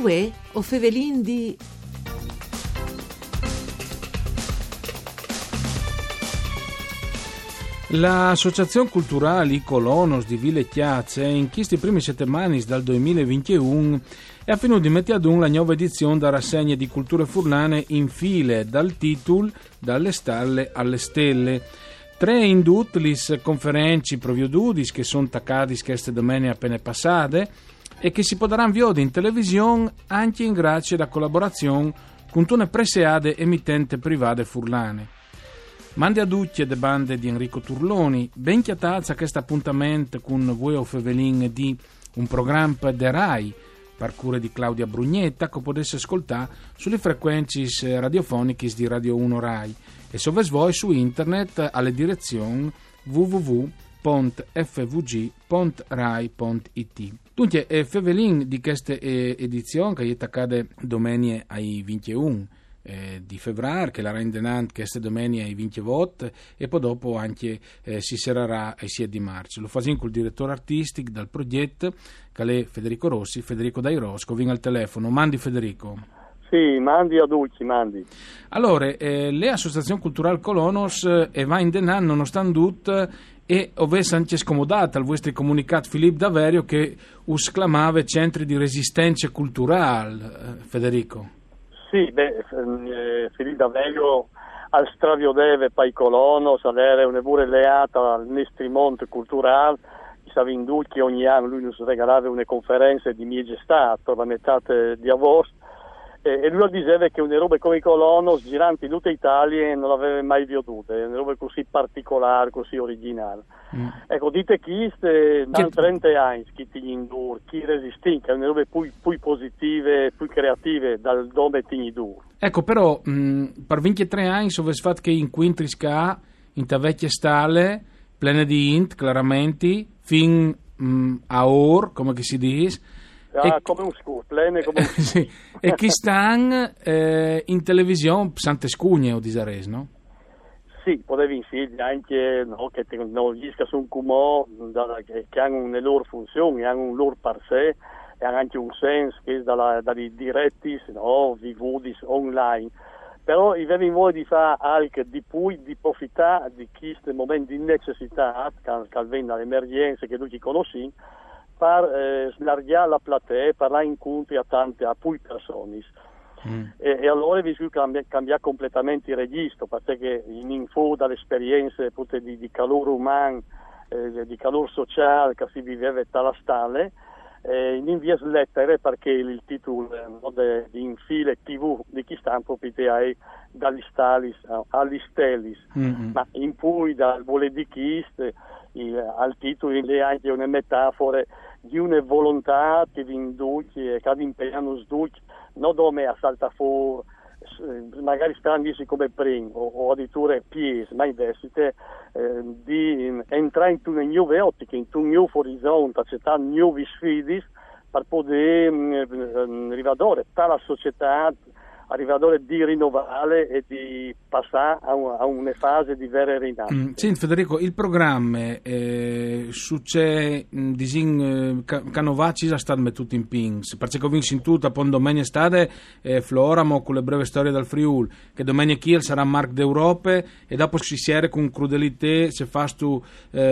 Uè, o Fevelin di... L'Associazione Culturale Colonos di Ville Chiace in questi primi settimane dal 2021 è finito di mettere ad un la nuova edizione da rassegna di culture furlane in file dal titolo Dalle stalle alle stelle. 3 indutlis conferenze proviodudis che sono taccati queste domeniche appena passate e che si potranno vedere in televisione anche in grazie alla collaborazione con una preseade emittente private furlane. Mandi a tutti le bande di Enrico Turloni, ben chiatazza questo appuntamento con voi o Fevelin di un programma de Rai, per cura di Claudia Brugnetta, che potesse ascoltare sulle frequenze radiofoniche di Radio 1 Rai e se voi su internet alle direzioni www.fvg.rai.it. Dunque, Fevelin di questa edizione che accade domenica ai 21 di febbraio, che la rende Nant queste domenica ai 20 volte e poi dopo anche si serrà ai 6 di marzo. Lo facciamo col direttore artistico dal progetto che è Federico Rossi. Federico Dai Rosco, viene al telefono. Mandi Federico. Sì, mandi a Dulci, mandi. Allora, le associazioni culturali Colonos va in denan nonostante tutto e ovesse anche scomodata al vostro comunicato Filippo Daverio che usclamava centri di resistenza culturale, Federico. Sì, Filippo Daverio al straviodeve pai Colonos, all'era una pure leata al Nestrimont culturale, stava in Dulci ogni anno, lui ci regalava una conferenza di Miegestà per la metà di agosto, e lui diceva che una roba come i Colonos giranti in tutta Italia non l'aveva mai vedute, una roba così particolare, così originale. Ecco, dite chi da 30 anni chi ti indur, chi resisting, una roba più positive, più creative dal dove ti indur. Ecco, però per 23 anni so fatto che in Quintrisca in ta vecchia stalle plena di int, chiaramente, fin a or, come che si dice. Come un scoop, plene come un scoop. Sì. E chi stanno in televisione Sante Scugne o Disares, no? Sì, potevi insegnare anche che tecnologisca su un cumò che hanno una loro funzione, hanno un loro par sé e hanno anche un senso che dai diretti, vivudis online. Però i veri modi di fare anche di profittare di questi momenti di necessità, che vengono all'emergenza che tutti conosciamo, per slargare la platea, parlare incontri a più persone. E allora bisogna cambiare completamente il registro, perché in info dalle esperienze di calore umano, di calore sociale che si viveva dalla stalle, in invies lettere perché il titolo di infile TV di chi sta proprio dagli stalis agli stellis, ma in cui dal vole di chiste al titolo è anche una metafora di una volontà che vi induce e che vi impegnano sduce non come a salta fuori magari strandici come prima o addirittura pies, ma invece di entrare in una nuova ottica, in un nuovo orizzonte, accettare nuovi sfide per poter arrivare alla società, arrivare di rinnovare e di passare a una fase di vera rinascita. Sì, Federico, il programma succede Canovaci è stato mettuto in pings, perché ho vinto in tutto, poi domenica estate Floramo con le breve storie dal Friuli, che domenica Kiel sarà Marc d'Europe e dopo si siede con crudelità se fa stu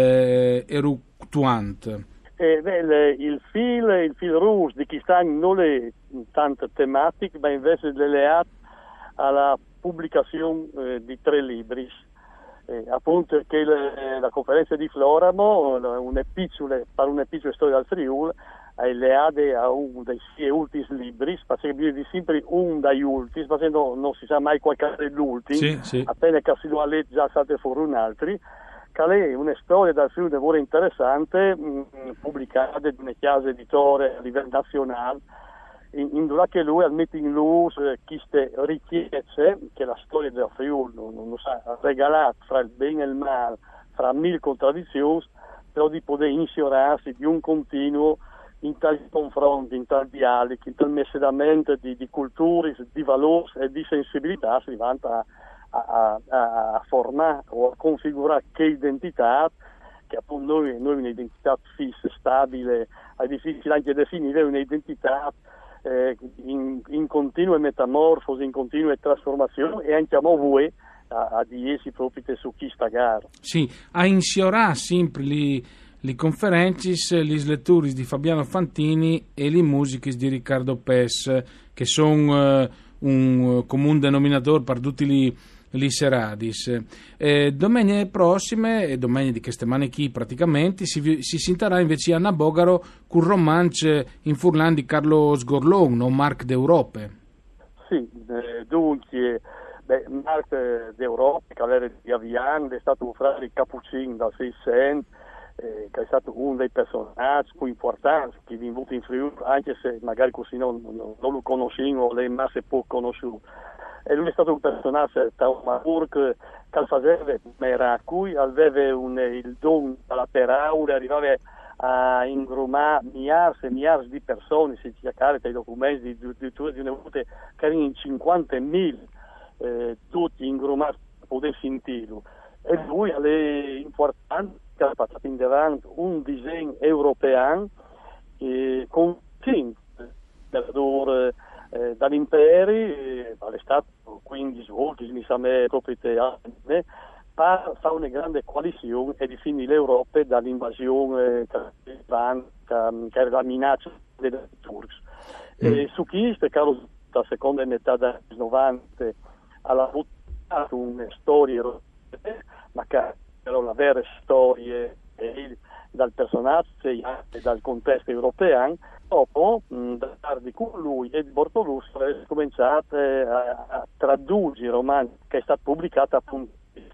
eructuante. Il fil rouge di chi sta non è tanto tematico, ma invece legato alla pubblicazione di 3 libri. Appunto che la conferenza di Floramo, una piccola storia dal Friuli, è legata a uno dei 6 ultimi libri, perché di sempre un dagli ultimi, perché non si sa mai qualche dell'ultimo, sì. appena che si lo ha letto già state fuori un altro. Che è una storia dal Friuli davvero interessante, pubblicata in una casa editore a livello nazionale, in che lui mette in luce queste ricchezze che la storia del Friuli non sa regalata fra il bene e il male, fra 1000 contraddizioni, però di poter insiorarsi di un continuo in tali confronti, in tali dialoghi, in tal messedamento di culture, di valori e di sensibilità si diventa a formare o a configurare che identità, che appunto noi un'identità fissa, stabile, è difficile anche definire un'identità in continue metamorfosi, in continue trasformazioni, e anche a voi a diesi proprio su chi sta gara. Sì, a insiorà sempre le conferenze, le letture di Fabiano Fantini e le musiche di Riccardo Pes, che sono un comune denominatore per tutti li seradis. Domenica prossime, e domenica di queste manichi praticamente, si sentirà invece Anna Bogaro con romance in Furlan di Carlo Sgorlon, no? Marc d'Europe. Sì, dunque, Marc d'Europe, che era di Avian, è stato un frate cappuccino dal 600, che è stato uno dei personaggi più importanti che vi venuto in Friuli, anche se magari così non lo conosciamo, le masse poco conosciute. E lui è stato un personaggio taumatur che faceva miracoli, aveva il don della paraula, arrivava a ingrumare migliaia e migliaia di persone, si cercava dai documenti di una volta che erano in 50.000, tutti ingrumati per poter sentirlo. E lui è importante che ha fatto in davanti un disegno europeo con dall'imperi, all'estate 15 volte, mi sa me proprio per fare una grande coalizione e difendere l'Europa dall'invasione che era la minaccia dei turchi. Su chi Carlo, la seconda metà degli anni 90, ha avuto una storia europea, ma che era una vera storia dal personaggio e dal contesto europeo. Dopo, da tardi con lui e di Bortolusso, ha cominciato a tradurre il romanzo che è stato pubblicato appunto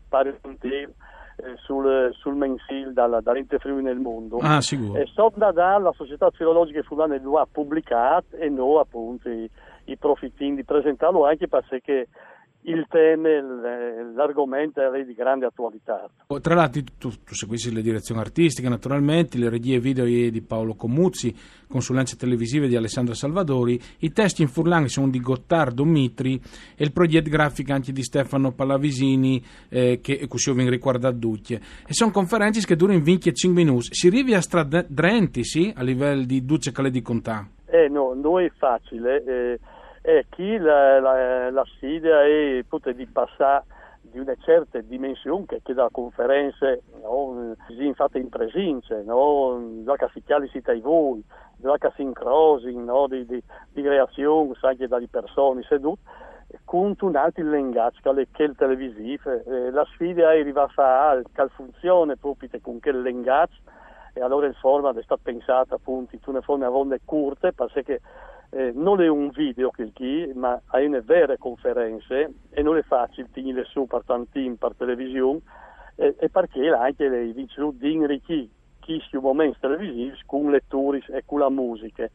sul mensile dall'Ente Friuli nel mondo. Ah, sicuro. E Sobdadà, la Società Filologica Friulana lo ha pubblicato e noi appunto i profittini di presentarlo anche perché il tema, l'argomento è di grande attualità. Tra l'altro tu seguisci le direzioni artistiche naturalmente, le regie video di Paolo Comuzzi, consulenze televisive di Alessandra Salvadori, i testi in Furlan sono di Gottardo Mitri e il progetto grafico anche di Stefano Pallavisini che così viene riguardato Ducce. E sono conferenze che durano 25 minuti. Si arrivi a stradrenti, sì, a livello di Ducce Calè di Contà? No, non è facile. Chi la sfida è di passare di una certa dimensione che da conferenze si fatte in presenza, che si chiali dai voi, che si incrosi di reazioni anche dalle persone sedute, con un altro linguaggio che è il televisivo. La sfida è arrivare a fare che funzione proprio con quel linguaggio, e allora il format è stato pensato appunto in una forma a onde corte, perché non è un video ma è una vera conferenza e non è facile tenere su per tanti per televisione e perché anche i vincitori di inrichire questi momenti televisivi con lettori e con la musica.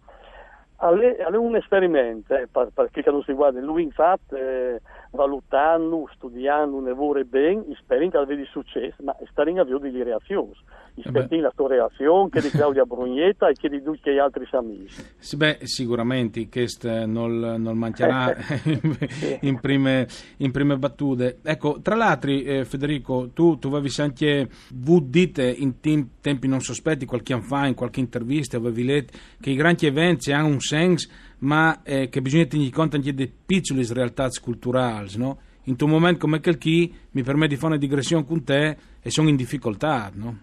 È un esperimento per chi non si guarda. Lui infatti valutando, studiando un lavoro bene, spero che abbia successo, ma sta in avvio delle reazioni. Spero la sua reazione, che di Claudia Brugnetta e che di tutti gli altri amici. Sicuramente questo non mancherà in prime battute. Ecco, tra l'altro Federico, tu avevi anche dite in tempi non sospetti, qualche anno fa, in qualche intervista avevi letto che i grandi eventi hanno un senso, ma che bisogna tenere conto anche delle piccole realtà culturali, no? In un momento come quel chi mi permette di fare una digressione con te e sono in difficoltà, no?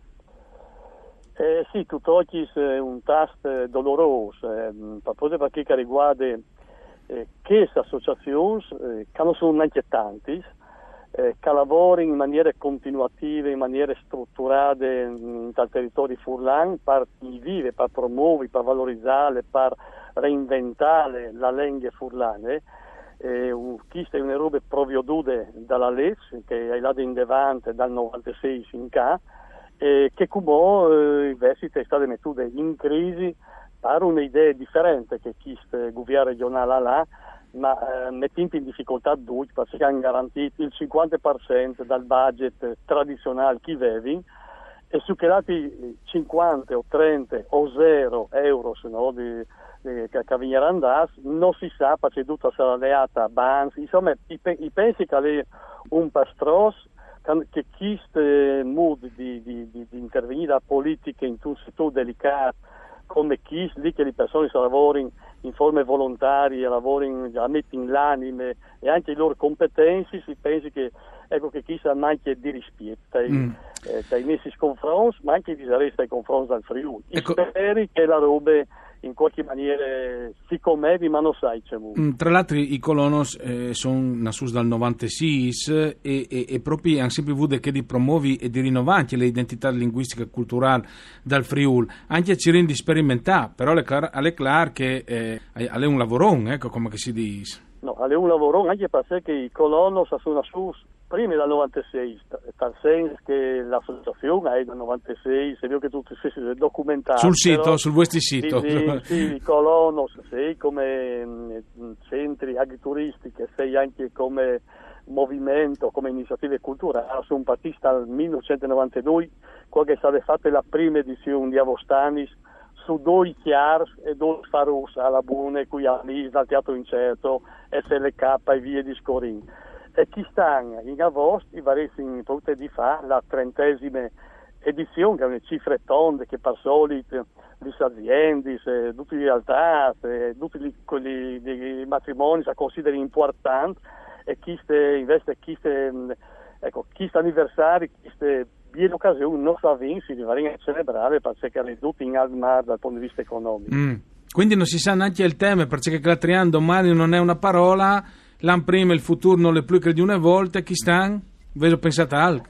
Sì, tutt'oggi è un tasto doloroso, proprio perché riguarda queste associazioni, che non sono neanche tanti, che lavorano in maniera continuativa, in maniera strutturata dal territorio furlan per vivere, per promuovere, per valorizzare, per reinventare la lingua furlane. Questa è una roba provveduta dalla legge che è là in Devante dal 96 in qua, che come invece è stata messa in crisi per un'idea differente che questo governo regionale ha là, ma mettendo in difficoltà tutti perché hanno garantito il 50% dal budget tradizionale che avevi e su che dati 50 o 30 o 0 euro che vengono andati non si sa perché tutta sarà leata a banzi, insomma i pensi che è un pastros che questo modo di intervenire a politica in un settore delicato come chi lì che le persone si lavorano in forme volontarie, lavorano, mettono l'anime e anche le loro competenze, si pensa che chi sa anche di rispetto dai messi confronti, ma anche di resta ai confronti dal Friuli. Speri che la roba in qualche maniera si commedi, ma non sai c'è molto. Tra l'altro i colonos sono nasciuti dal 96 e proprio hanno sempre avuto che di promuovi e di rinnovare anche le identità linguistiche e culturali dal Friuli, anche ci rendi sperimentare, però è chiaro che è un lavorone, ecco come si dice. No, è un lavoro anche perché i colonos sono nasciuti prima dal 96, nel senso che l'associazione è dal 96, se vedo che tutti si documentati. Sul sito, sul vostro sito. Sì, i colonos, sei come centri agrituristici, sei anche come movimento, come iniziative culturali, sono partiti dal 1992, quando è stata fatta la prima edizione di Avostanis, su 2 chiars e 2 farus alla Bune, qui a Lis, dal Teatro Incerto, SLK e via discorrendo. E chi stanno in agosto, i vari in tutte di fa la 30ª edizione, che è una cifre tonde che per solito le aziende, tutte le realtà, tutti i matrimoni si considerano importanti e chi investe, chi anniversari, chi in occasione non sa vinci di vari a celebrare perché è ridotto in almar dal punto di vista economico. Quindi non si sa neanche il tema, perché Clatrian domani non è una parola, l'anno prima il futuro non è più che di una volta, chi stanno? Vedo pensate altro.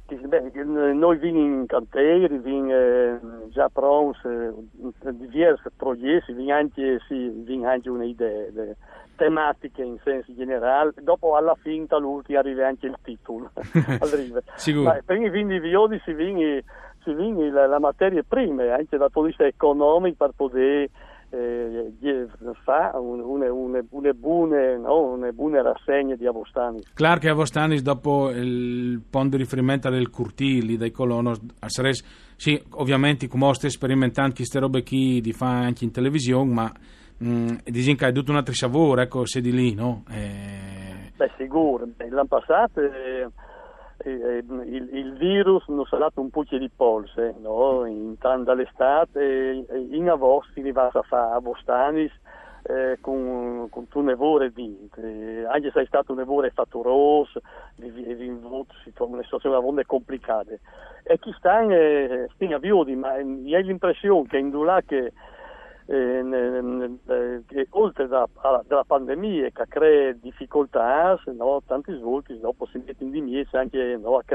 Noi vini in cantieri, vini già pronti, diversi progetti, vini anche un'idea tematiche in senso generale, dopo alla fine talvolta arriva anche il titolo. Sicuro. Prima i viodi si vini la materia prima, anche dal punto di vista economico, per poter fare una buona rassegna di Avostanis. Claro che Avostanis, dopo il punto di riferimento del Curtili, dai colonos, sì, ovviamente come stai sperimentando queste robe qui di fa anche in televisione, ma dicono che hai tutto un altro sapore, ecco, se di lì, no? Sicuro. L'anno passato il virus non ha dato un po' di polse, no? Intanto dall'estate in agosto si arriva a fare Avostanis con un nevore anche se è stato un nevore fattoroso, si trova una situazione abbastanza complicata. E chi sta a viodi, ma hai l'impressione che in là che oltre dalla pandemia che crea difficoltà, no, tanti svolti dopo si mettono di mies anche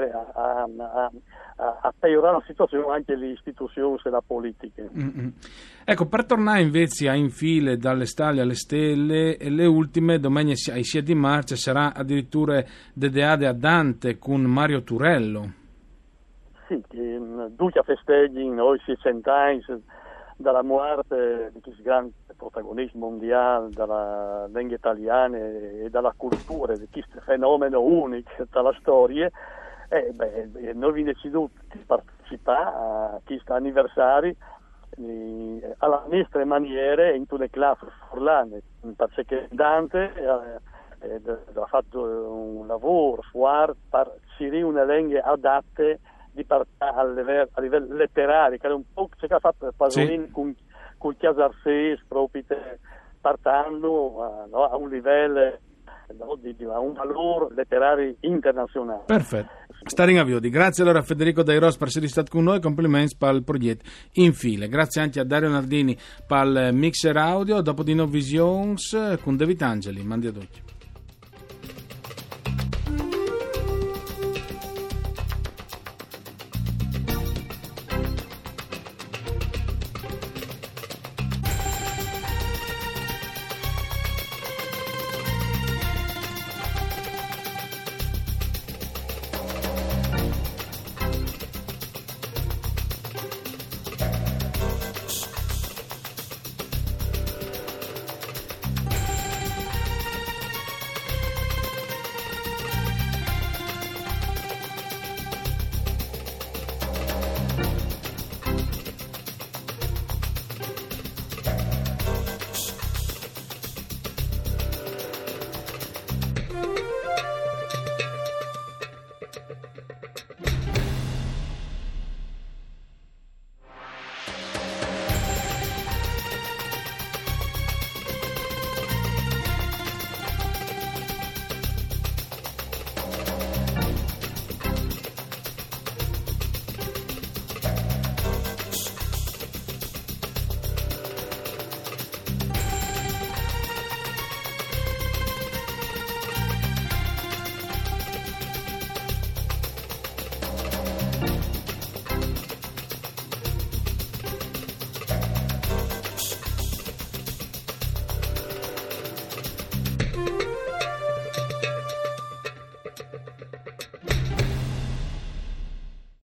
a peggiorare la situazione anche le istituzioni e la politica. Ecco, per tornare invece a infile dalle stalle alle stelle, le ultime domenica ai 6 di marzo sarà addirittura Dedeade a Dante con Mario Turello. Sì, duca festeggi noi 600 anni dalla morte di questo grande protagonista mondiale della lingua italiana e dalla cultura, di questo fenomeno unico dalla storia, noi abbiamo deciso di partecipare a questo anniversario alla nostra maniera in tutte le classi furlane, perché Dante ha fatto un lavoro fuori per scegliere una lingua adatta a livello letterario, che è un po' che ha fatto Pasolini con il Chiasarsese, proprio partendo a un livello, a un valore letterario internazionale. Perfetto. Stare in avviodi. Grazie allora a Federico Dairos per essere stato con noi, complimenti per il progetto Infile. Grazie anche a Dario Nardini per il mixer audio, dopo di No Visions con David Angeli. Mandi ad occhio.